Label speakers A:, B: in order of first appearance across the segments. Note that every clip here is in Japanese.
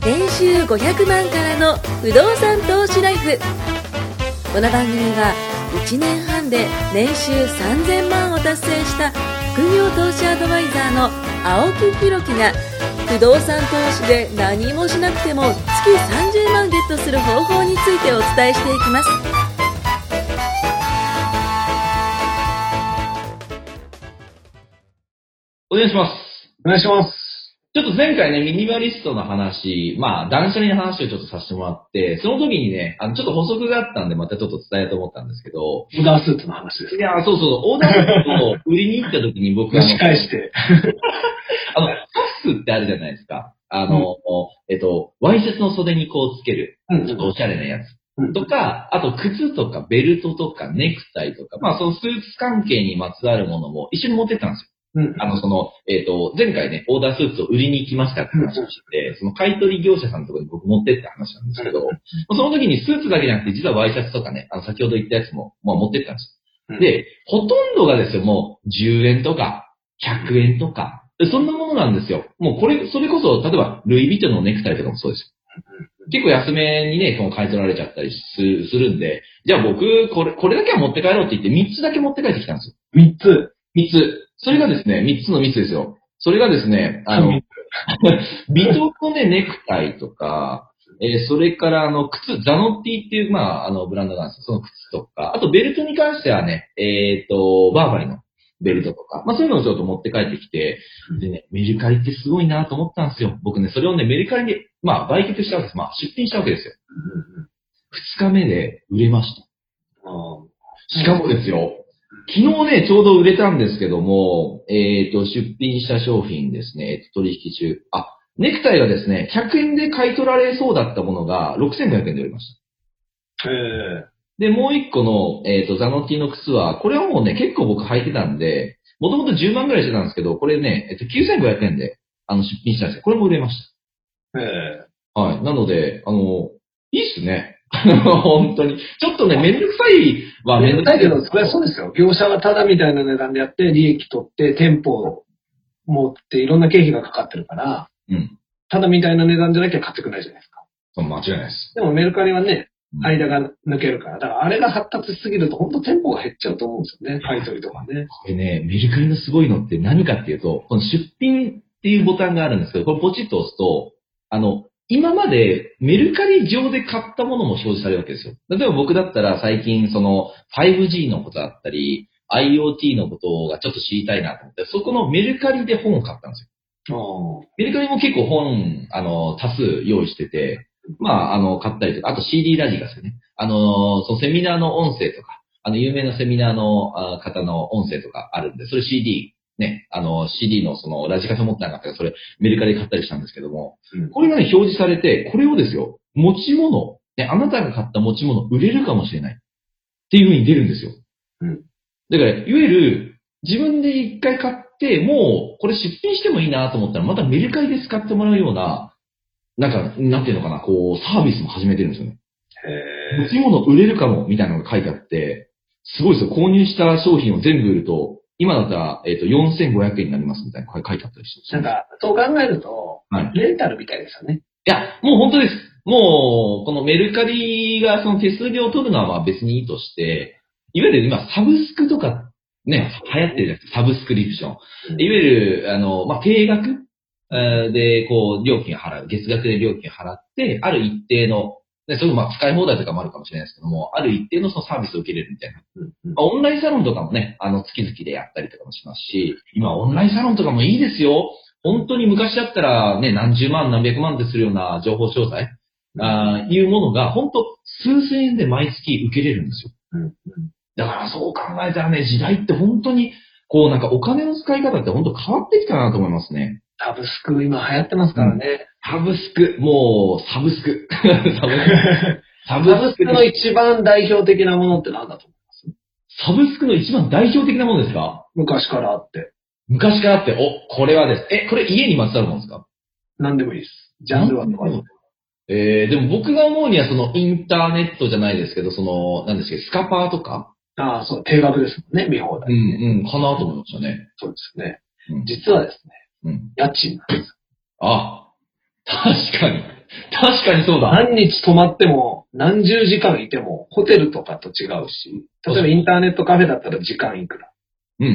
A: 年収500万からの不動産投資ライフ。この番組は1年半で年収3000万を達成した副業投資アドバイザーの青木弘樹が、不動産投資で何もしなくても月30万ゲットする方法についてお伝えしていきます。
B: お願いします。
C: お願いします。
B: ちょっと前回ね、ミニマリストの話、断捨離の話をちょっとさせてもらって、その時にね、ちょっと補足があったんで、またちょっと伝えようと思ったんですけど。
C: オーダースーツの話ですか？
B: いや、そうそう、オーダースーツを売りに行った時に僕
C: 蒸し返して。
B: カフってあるじゃないですか。ワイシャツの袖にこうつける、ちょっとおしゃれなやつ。とか、あと靴とかベルトとかネクタイとか、そのスーツ関係にまつわるものも一緒に持ってったんですよ。前回ね、オーダースーツを売りに行きましたって話をして、その買い取り業者さんのところに僕持ってった話なんですけど、その時にスーツだけじゃなくて、実はワイシャツとかね、先ほど言ったやつも、持ってったんですよ。で、ほとんどがですよ、もう10円とか100円とか、そんなものなんですよ。もうそれこそ、例えば、ルイ・ヴィトンのネクタイとかもそうですよ。結構安めにね、買い取られちゃったりするんで、じゃあ僕、これだけは持って帰ろうって言って3つだけ持って帰ってきたんですよ。3つ。それがですね、3つの3つですよ。それがですね、ヴィトンのね、ネクタイとか、それから靴、ザノッティっていう、ブランドなんですよ。その靴とか、あとベルトに関してはね、バーバリのベルトとか、そういうのをちょっと持って帰ってきて、でね、メルカリってすごいなと思ったんですよ。僕ね、それをね、メルカリに、売却したわけです。出品したわけですよ。2日目で売れました。しかもですよ、昨日ね、ちょうど売れたんですけども、出品した商品ですね、取引中。ネクタイがですね、100円で買い取られそうだったものが6500円で売れました。で、もう一個の、ザノティの靴は、これはもうね、結構僕履いてたんで、もともと10万ぐらいしてたんですけど、これね、9500円で、出品したんですよ。これも売れました。はい。なので、いいっすね。本当に。ちょっとね、めんどくさいは
C: めんどくさいけど、それはそうですよ。業者がタダみたいな値段でやって、利益取って、店舗を持っていろんな経費がかかってるから、タダみたいな値段じゃなきゃ買ってくれないじゃないですか。
B: 間違いないです。
C: でもメルカリはね、間が抜けるから、だからあれが発達しすぎると、本当店舗が減っちゃうと思うんですよね。買い取りとかね。
B: これね、メルカリのすごいのって何かっていうと、この出品っていうボタンがあるんですけど、これポチッと押すと、今までメルカリ上で買ったものも表示されるわけですよ。例えば僕だったら最近5G のことだったり、IoT のことがちょっと知りたいなと思って、そこのメルカリで本を買ったんですよ。メルカリも結構本、多数用意してて、買ったりとか、あと CD ラジカセね。そのセミナーの音声とか、有名なセミナーの方の音声とかあるんで、それ CD、ね、CD のそのラジカセ持ってなかったから、それメルカリで買ったりしたんですけども、これがね、表示されて、これをですよ、持ち物、ね、あなたが買った持ち物売れるかもしれないっていう風に出るんですよ。だから、いわゆる、自分で一回買って、もう、これ出品してもいいなと思ったら、またメルカリで使ってもらうような、なんていうのかな、サービスも始めてるんですよね。持ち物売れるかも、みたいなのが書いてあって、すごいですよ。購入した商品を全部売ると、今だったら、4500円になりますみたいな書いてあったりして。
C: そう考えると、レンタルみたいですよね。
B: いや、もう本当です。もう、このメルカリがその手数料を取るのは別にいいとして、いわゆる今、サブスクとか、ね、流行ってるじゃないですか。サブスクリプション。いわゆる、定額で、料金払う。月額で料金払って、ある一定の、で、それも使い放題とかもあるかもしれないですけども、ある一定のそのサービスを受けれるみたいな。オンラインサロンとかもね、月々でやったりとかもしますし、今オンラインサロンとかもいいですよ。本当に昔だったらね、何十万何百万ってするような情報商材、いうものが、本当数千円で毎月受けれるんですよ。だからそう考えたらね、時代って本当に、お金の使い方って本当変わってきたなと思いますね。
C: サブスク今流行ってますからね。
B: サブスク、もう、サブスク。
C: サブスクの一番代表的なものって何だと思います？
B: サブスクの一番代表的なものですか？
C: 昔からあって。
B: 昔からあって、これはです。これ家にまつわるものですか？
C: 何でもいいです。ジャンルはとか。
B: でも僕が思うにはインターネットじゃないですけど、何ですか、スカパーとか？
C: そう、定額ですもんね、見放題。
B: かなと思いましたね。
C: そうですね。実はですね、家賃なんです。
B: 確かに。 確かにそうだ。
C: 何日泊まっても、何十時間いても、ホテルとかと違うし、例えばインターネットカフェだったら時間いくら。
B: うんうん。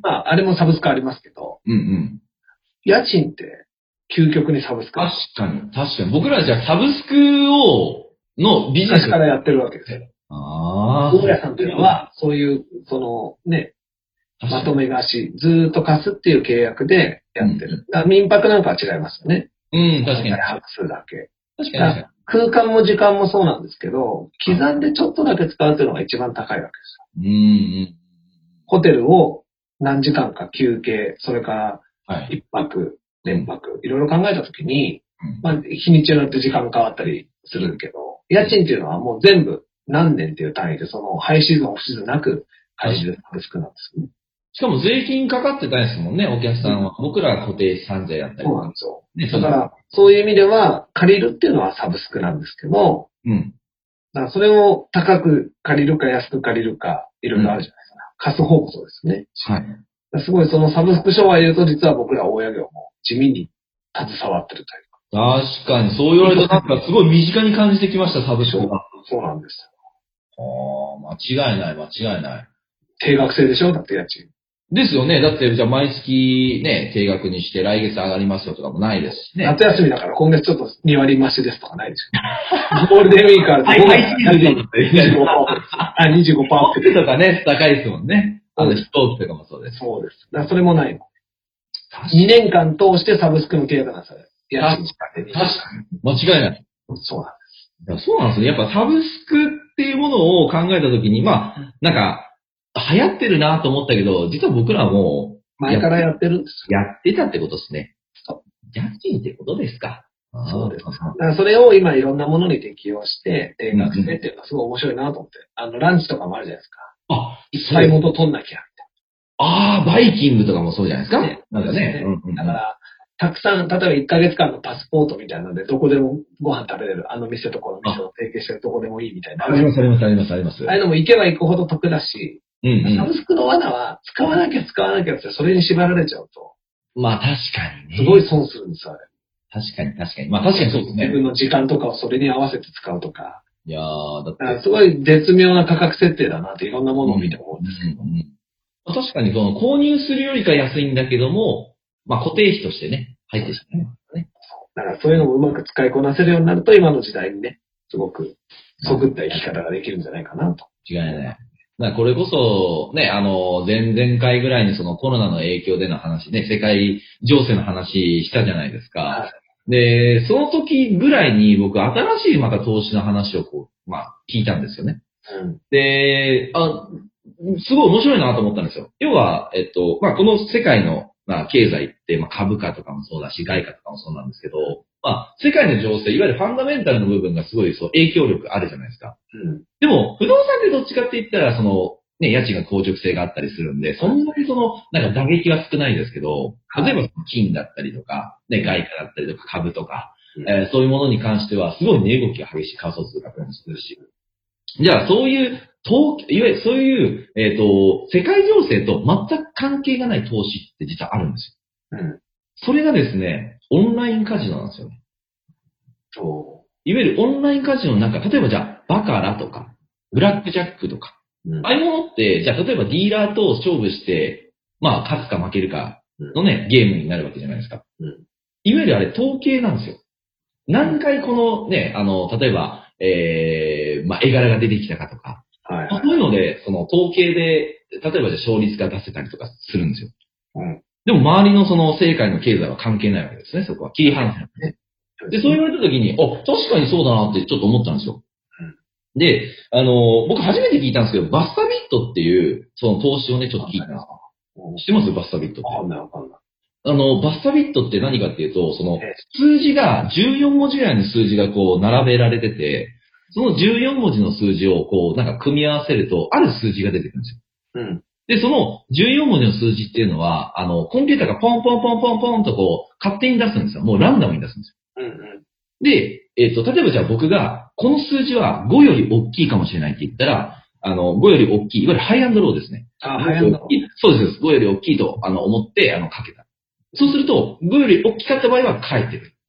C: まあ、あれもサブスクありますけど、
B: うんうん。
C: 家賃って究極にサブスク。
B: 確かに。僕らじゃあサブスクのビジネス
C: 昔からやってるわけですよ。
B: ああ。
C: 大家さんというのは、そういう、まとめ貸し、ずーっと貸すっていう契約でやってる。民泊なんかは違いますよね。
B: うん、確かに。
C: 泊数だけ。
B: 確かに。
C: 空間も時間もそうなんですけど、刻んでちょっとだけ使うっていうのが一番高いわけですよ。ホテルを何時間か休憩、それから一泊、連泊、いろいろ考えたときに、まあ、日にちによって時間変わったりするけど、家賃っていうのはもう全部何年っていう単位で、そのハイシーズン、オフシーズンなく借りるサブスクなんですよね。
B: しかも税金かかってないですもんね、お客さんは。僕らは固定資産税やったりとか。
C: そうなんですよ。ね、だから、そういう意味では、借りるっていうのはサブスクなんですけど、だからそれを高く借りるか安く借りるか、いろいろあるじゃないですか。貸す方もそうですね。
B: はい。
C: すごいそのサブスク商売で言うと、実は僕ら大家業も地味に携わってるという
B: か。確かに、そう言われるとなんかすごい身近に感じてきました、サブスクが。
C: そうなんです
B: よ。間違いない。
C: 定額制でしょだって家賃。
B: ですよね。だって、じゃあ毎月ね、定額にして来月上がりますよとかもないですしね。
C: 夏休みだから今月ちょっと2割増しですとかないでしょ。ゴールデンウィークあると5月25%。
B: 25%とかね、高いですもんね。飛行機とかもそうです。
C: そうです。だからそれもないの。2年間通してサブスクの契約なんですよ。
B: 確かに。間違いない。
C: そうなんです。
B: そうなんですね。やっぱサブスクっていうものを考えたときに、まあ、なんか、流行ってるなと思ったけど、実は僕らも
C: 前からやってるんです
B: よ。やってたってことですね。家賃ってことですか。
C: そうです。だからそれを今いろんなものに適用して、定額制っていうのはすごい面白いなと思って。ランチとかもあるじゃないですか。いっぱい元取んなきゃみたい
B: な。バイキングとかもそうじゃないですか。
C: ね、なんかね。だから、たくさん、例えば1ヶ月間のパスポートみたいなので、どこでもご飯食べれる。店とこの店を提携してるどこでもいいみたいな。
B: あります。あ
C: あいうのも行けば行くほど得だし、サブスクの罠は使わなきゃってそれに縛られちゃうと。
B: まあ確かにね。
C: すごい損するんですよ、あれ。
B: 確かに。まあ確かにそうですね。
C: 自分の時間とかをそれに合わせて使うとか。
B: いやー、だって。
C: すごい絶妙な価格設定だなっていろんなものを見て思うんですけど。
B: 確かにその購入するよりか安いんだけども、まあ固定費としてね、入ってしまいますね。
C: だからそういうのもうまく使いこなせるようになると今の時代にね、すごくそぐった生き方ができるんじゃないかなと。
B: 違いない。これこそ、ね、前々回ぐらいにそのコロナの影響での話ね、世界情勢の話したじゃないですか。はい、で、その時ぐらいに僕、新しいまた投資の話を聞いたんですよね。で、すごい面白いなと思ったんですよ。要は、この世界の、経済って、株価とかもそうだし、外貨とかもそうなんですけど、世界の情勢、いわゆるファンダメンタルの部分がすごい影響力あるじゃないですか。でも、不動産ってどっちかって言ったら、家賃が硬直性があったりするんで、そんなに打撃は少ないですけど、例えば金だったりとか、外貨だったりとか株とか、そういうものに関しては、すごい値動きが激しい仮想通貨もするし。じゃあ、そういう、いわゆるそういう、世界情勢と全く関係がない投資って実はあるんですよ。それがですね、オンラインカジノなんですよね。いわゆるオンラインカジノの中、例えばじゃあ、バカラとか、ブラックジャックとか、ああいうものって、じゃあ例えばディーラーと勝負して、勝つか負けるかのね、ゲームになるわけじゃないですか。いわゆるあれ、統計なんですよ。何回このね、例えば、絵柄が出てきたかとか、そういうので、その統計で、例えばじゃあ勝率が出せたりとかするんですよ。でも周りのその世界の経済は関係ないわけですね、そこは。切り離せない。で、そう言われた時に、確かにそうだなってちょっと思ったんですよ。で、僕初めて聞いたんですけど、バスタビットっていう、その投資をね、ちょっと聞いたんです。知ってますバスタビットって。
C: わかんない。
B: バスタビットって何かっていうと、その、数字が、14文字ぐらいの数字がこう、並べられてて、その14文字の数字をこう、組み合わせると、ある数字が出てくるんですよ。で、その14文字の数字っていうのは、コンピューターがポンポンポンポンポンとこう、勝手に出すんですよ。もうランダムに出すんですよ。で、例えばじゃあ僕が、この数字は5より大きいかもしれないって言ったら、5より大きい、いわゆるハイアンドローですね。
C: ハイアンドロー。
B: そうです。5より大きいと、思って、かけた。そうすると、5より大きかった場合は返ってくる。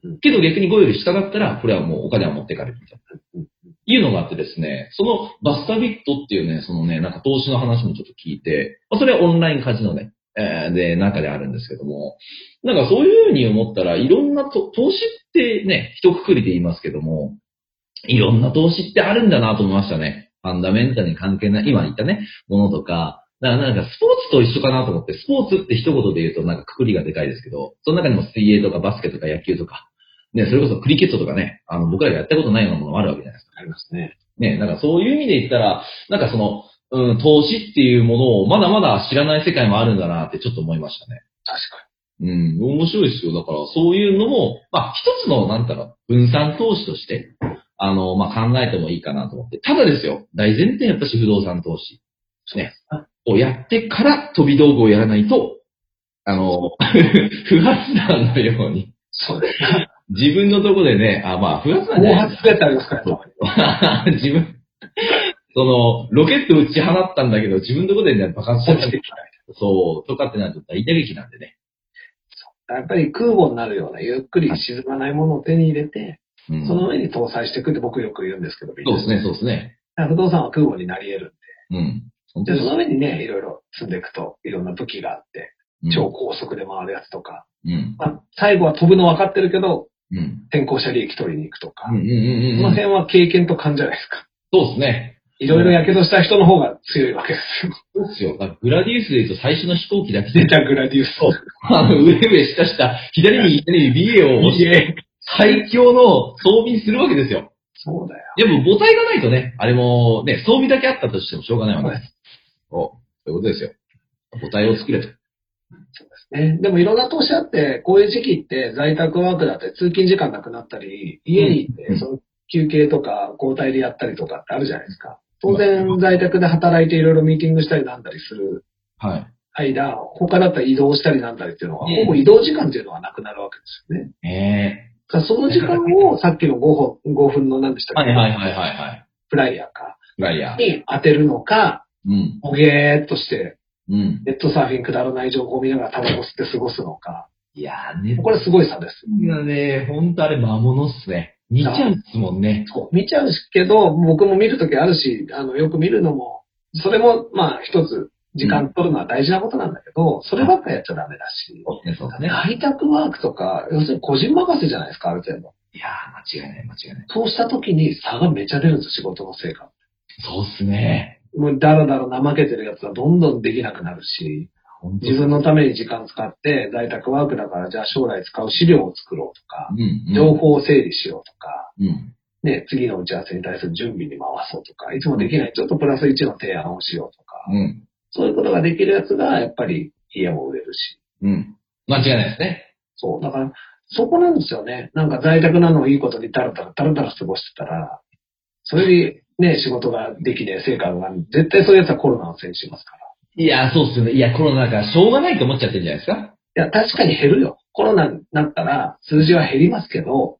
B: けど逆に5より下だったら、これはもうお金は持ってかれるみたいな。いうのがあってですね、そのバスタビットっていうね、そのね、なんか投資の話もちょっと聞いて、それはオンラインカジノね、で、中であるんですけども、なんかそういうふうに思ったら、いろんな投資ってね、一括りで言いますけども、いろんな投資ってあるんだなと思いましたね。ファンダメンタルに関係ない、今言ったね、ものとか、なんかスポーツと一緒かなと思って、スポーツって一言で言うとなんか括りがでかいですけど、その中にも水泳とかバスケとか野球とか、ね、それこそクリケットとかね、僕らがやったことないようなものもあるわけじゃないですか。
C: ありますね。
B: ね、なんかそういう意味で言ったら、なんかその、投資っていうものをまだまだ知らない世界もあるんだなってちょっと思いましたね。
C: 確かに。
B: 面白いですよ。だからそういうのも、まあ一つの、なんだろう、分散投資として、まあ考えてもいいかなと思って。ただですよ、大前提やっぱし不動産投資。ね。をやってから飛び道具をやらないと、不発弾のように。
C: そうです。
B: 自分のとこでね、まあ不発弾
C: じゃない。暴発するやつありますからね。
B: 自分、ロケット打ち放ったんだけど、自分のとこでね、爆発しちゃった。そう、とかってなると大打撃なんでね。
C: やっぱり空母になるような、ゆっくり沈まないものを手に入れて、その上に搭載していくって僕よく言うんですけど、
B: そうですね、そうですね。
C: 不動産は空母になり得る
B: ん
C: で。で、その上にね、いろいろ積んでいくと、いろんな武器があって、超高速で回るやつとか、まあ、最後は飛ぶの分かってるけど、先行者利益取りに行くとか、その辺は経験と勘じゃないですか。
B: そうですね。
C: いろいろ火傷した人の方が強いわけですよ。
B: そうですよ。グラディウスで言うと最初の飛行機だけ
C: 出たグラディウス。
B: 上下下、左にBA を押して、最強の装備にするわけですよ。
C: そうだよ。
B: でも母体がないとね、あれもね、装備だけあったとしてもしょうがないわけです。そういうことですよ。母体を作れと。
C: そうですね。でもいろんな投資あって、こういう時期って在宅ワークだったり、通勤時間なくなったり、家に行って、その休憩とか交代でやったりとかってあるじゃないですか。当然在宅で働いていろいろミーティングしたりなんだりする間、他だったら移動したりなんだりっていうのは、ほぼ移動時間っていうのはなくなるわけですよね。その時間をさっきの5分の何でしたっけ、フライヤーか。に当てるのか、おげーっとして、ネットサーフィンくだらない情報を見ながらタバコ吸って過ごすのか。
B: いやーね。
C: これすごい差です。
B: いやね、ほんとあれ魔物っすね。見ちゃうっすもんね。
C: そう、見ちゃうけど、僕も見るときあるし、よく見るのも、それも、まあ一つ、時間取るのは大事なことなんだけど、そればっかやっちゃダメだし。
B: そうですね。
C: 在宅ワークとか、要するに個人任せじゃないですか、ある程度。
B: いやー、間違いない。
C: そうしたときに差がめちゃ出るんですよ、仕事の成果。
B: そうっすね。
C: もうだらだら怠けてるやつはどんどんできなくなるし、自分のために時間使って、在宅ワークだからじゃあ将来使う資料を作ろうとか、情報を整理しようとか、ね、次の打ち合わせに対する準備に回そうとか、いつもできないちょっとプラス1の提案をしようとか、そういうことができるやつがやっぱり家も売れるし。
B: 間違いないですね。
C: そう。だから、そこなんですよね。なんか在宅なのをいいことにダラダラ過ごしてたら、それでね、仕事ができねえ、成果が絶対そういうやつはコロナのせいにしますから。
B: いや、そうっすよね。いや、コロナだからしょうがないと思っちゃってるんじゃないですか。
C: いや、確かに減るよ。コロナになったら数字は減りますけど、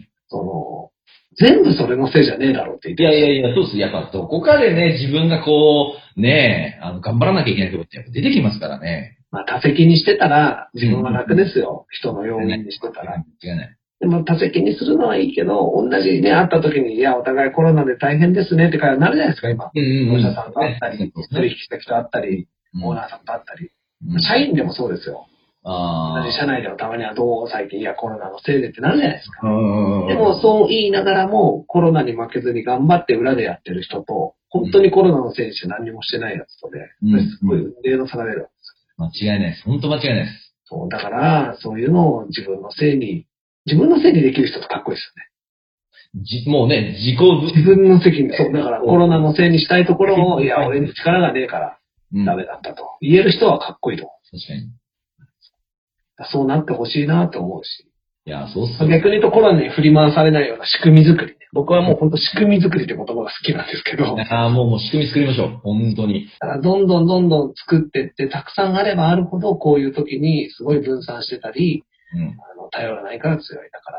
C: 全部それのせいじゃねえだろうって言って。
B: いや、そうっす。やっぱどこかでね、自分がこう、ね、頑張らなきゃいけないところってやっぱ出てきますからね。
C: まあ、多責にしてたら自分は楽ですよ。人の要因にしてたら。
B: 違いない。
C: でも多責にするのはいいけど、同じね、会った時に、いや、お互いコロナで大変ですねって会話になるじゃないですか、今。業者さんと会ったり、取引先と会ったり、オーナーさんと会ったり。社員でもそうですよ。同じ社内でもたまにはどう最近、いや、コロナのせいでってなるじゃないですか。でも、そう言いながらも、コロナに負けずに頑張って裏でやってる人と、本当にコロナのせいにして何にもしてないやつとで、すごい運命の差が出るわけです
B: よ。間違いないです。本当間違いないです。
C: そう、だから、そういうのを自分のせいにできる人とかっこいいですよね。
B: もうね、自
C: 分の責任。そう、だからコロナのせいにしたいところを、いや、俺に力がねえからダメだったと。言える人はかっこいいと思う。
B: 確かに。
C: そうなってほしいなと思うし。
B: いや、そうっすね。
C: 逆に言うとコロナに振り回されないような仕組み作りね。僕はもう本当仕組み作りって言葉が好きなんですけど。
B: もう仕組み作りましょう。本当に。
C: だからどんどん作ってって、たくさんあればあるほど、こういう時にすごい分散してたり、頼らないから強い。だから、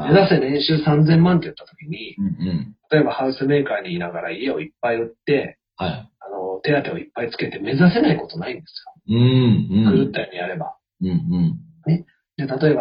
C: 目指せ年収3000万って言った時に、例えばハウスメーカーにいながら家をいっぱい売って、手当をいっぱいつけて目指せないことないんですよ。狂ったようにやれば。ね。で、例えば、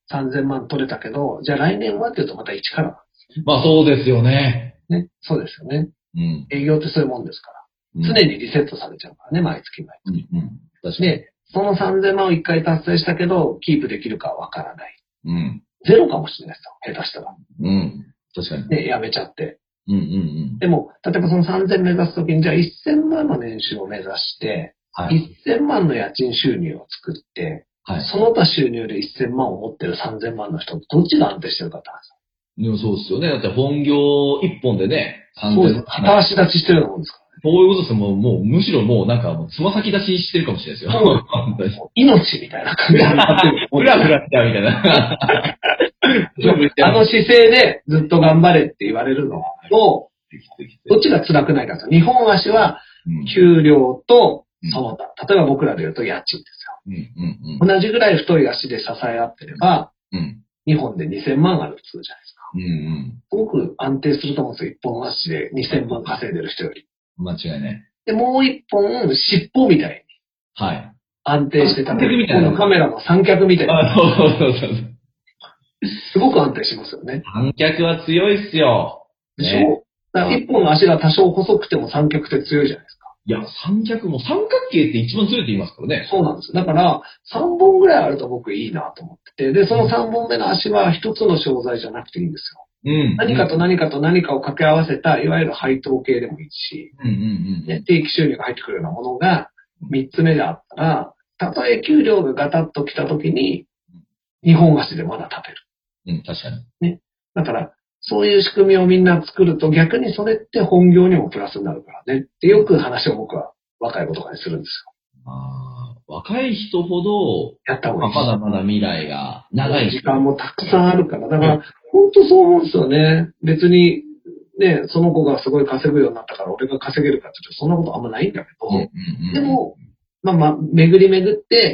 C: 3000万取れたけど、じゃあ来年はっていうとまた1から。
B: まあそうですよね。
C: ね。そうですよね。
B: うん。
C: 営業ってそういうもんですから。常にリセットされちゃうからね、毎月毎月。
B: うん。確かに。
C: で、その3000万を1回達成したけど、キープできるかわからない。
B: うん。
C: ゼロかもしれないですよ、下手したら。
B: うん。確かに。
C: で、やめちゃって。
B: うん。
C: でも、例えばその3000目指すときに、じゃあ1000万の年収を目指して、はい、1000万の家賃収入を作って、はい、その他収入で1000万を持ってる3000万の人、どっちが安定してるかって話。
B: でもそうですよね。だって本業一本でね、
C: そうです。片足立ちしてるようなもんですからね。
B: そういうことです。もう、むしろもうなんか、つま先立ちしてるかもしれないですよ。
C: 命みたいな感じになってる。
B: ふらふらしちゃうみたいな。
C: あの姿勢でずっと頑張れって言われるのと、どっちが辛くないかと。日本足は、給料とその他。例えば僕らで言うと家賃ですよ。同じぐらい太い足で支え合ってれば、日本で2000万ある普通じゃないですか。すごく安定すると思うんですよ。一本足で2000万稼いでる人より。
B: 間違いない。
C: で、もう一本、尻尾みたいに。
B: はい。
C: 安定してた。このカメラの三脚みたいな。
B: そう。
C: すごく安定しますよね。
B: 三脚は強いっすよ。
C: でしょ？だから一本の足が多少細くても三脚って強いじゃないですか。
B: いや、三角も三角形って一番強いって言いますからね。
C: そうなんです。だから、3本ぐらいあると僕いいなと思ってて、で、その3本目の足は一つの商材じゃなくていいんですよ。何かと何かと何かを掛け合わせた、いわゆる配当系でもいいし、定期収入が入ってくるようなものが3つ目であったら、たとえ給料がガタッと来た時に、2本足でまだ立て
B: る。確かに。
C: ね。だから、そういう仕組みをみんな作ると逆にそれって本業にもプラスになるからねってよく話を僕は若い子とかにするんです
B: よ。若い人ほど、
C: やった方がいい。
B: まだまだ未来が長い。
C: 時間もたくさんあるから。だから、本当そう思うんですよね。別に、ね、その子がすごい稼ぐようになったから俺が稼げるかって言うとそんなことあんまないんだけど、でも、巡り巡って、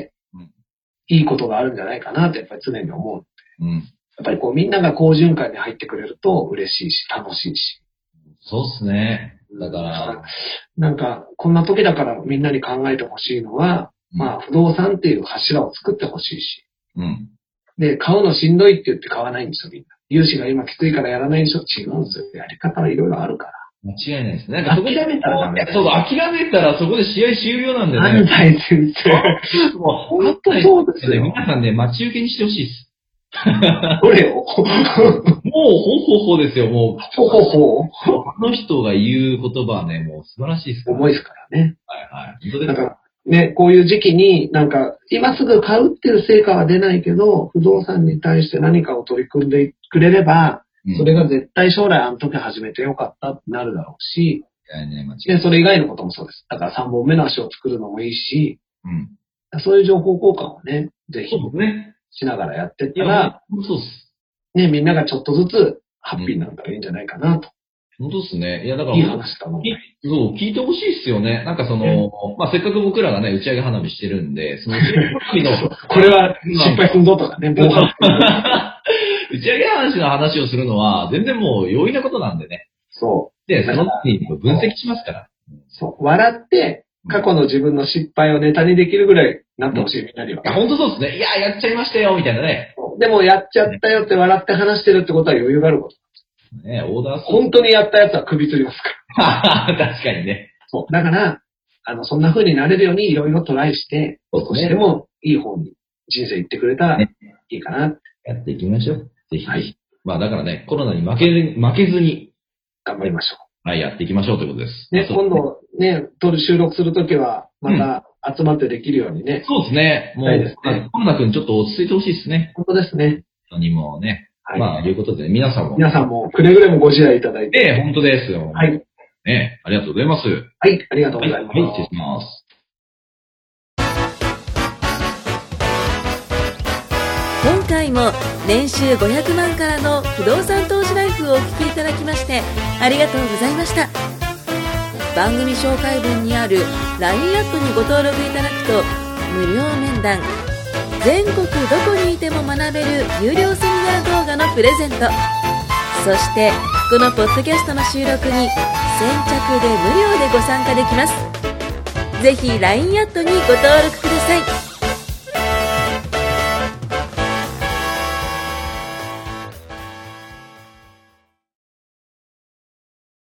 C: いいことがあるんじゃないかなってやっぱり常に思う。やっぱりこうみんなが好循環に入ってくれると嬉しいし、楽しいし。
B: そうっすね。だから、
C: なんか、こんな時だからみんなに考えてほしいのは、不動産っていう柱を作ってほしいし。で、買うのしんどいって言って買わないんですよ、みんな。融資が今きついからやらないでしょ。違うんですよ。やり方はいろいろあるから。
B: 間違いないですね。なんか
C: 諦めたらダメ。
B: そう、諦めたらそこで試合終了なんでね。
C: 安西先生。
B: もう、本当にそうですよ。皆さんね、待ち受けにしてほしいです。
C: どれをもう、
B: ほですよ、もう。
C: ほ。
B: あの人が言う言葉はね、もう素晴らしいですから。
C: 重いですからね。
B: はい。本当ですか。
C: だからね、こういう時期になんか、今すぐ買うっていう成果は出ないけど、不動産に対して何かを取り組んでくれれば、それが絶対将来あの時始めてよかったってなるだろうし、で、それ以外のこともそうです。だから3本目の足を作るのもいいし、そういう情報交換をね、ぜひ。しながらやってったら、
B: そうです。
C: ね、みんながちょっとずつハッピーになったらいいんじゃないかなと。
B: 本当ですね。いや、だから、
C: いい話だな。
B: そう、聞いてほしいっすよね。なんかその、せっかく僕らがね、打ち上げ花火してるんで、その、
C: これは失敗すんぞとかね、
B: 打ち上げ話をするのは、全然もう容易なことなんでね。
C: そう。
B: で、その時に分析しますから。
C: そう。笑って、過去の自分の失敗をネタにできるぐらいなってほしい、みんなには。
B: 本当そうですね。いや、やっちゃいましたよ、みたいなね。
C: でも、やっちゃったよって笑って話してるってことは余裕があること。
B: ね、オーダー
C: 本当にやったやつは首吊りますか
B: ら。確かにね。
C: そう。だから、そんな風になれるようにいろいろトライして、少しでもいい方に人生行ってくれたらいいかな。
B: やっていきましょう。ぜひ。
C: はい。
B: だからね、コロナに負けずに。
C: 頑張りましょう。
B: はい、やっていきましょうということです。
C: ね、今度ね、収録するときは、また集まってできるようにね。
B: そうですね。もう、コロナ君ちょっと落ち着いてほしいですね。
C: 本当ですね。
B: 人にもね。はい。ということで、皆さん
C: もくれぐれもご自愛いただいて。
B: 本当ですよ。
C: はい。
B: ね、ありがとうございます。
C: はい、ありがとうございます。
B: はい、失礼します。
A: 今回も年収500万からの不動産投資ライフをお聞きいただきましてありがとうございました。番組紹介文にある LINE アットにご登録いただくと無料面談、全国どこにいても学べる有料セミナー動画のプレゼント、そしてこのポッドキャストの収録に先着で無料でご参加できます。ぜひ LINE アットにご登録ください。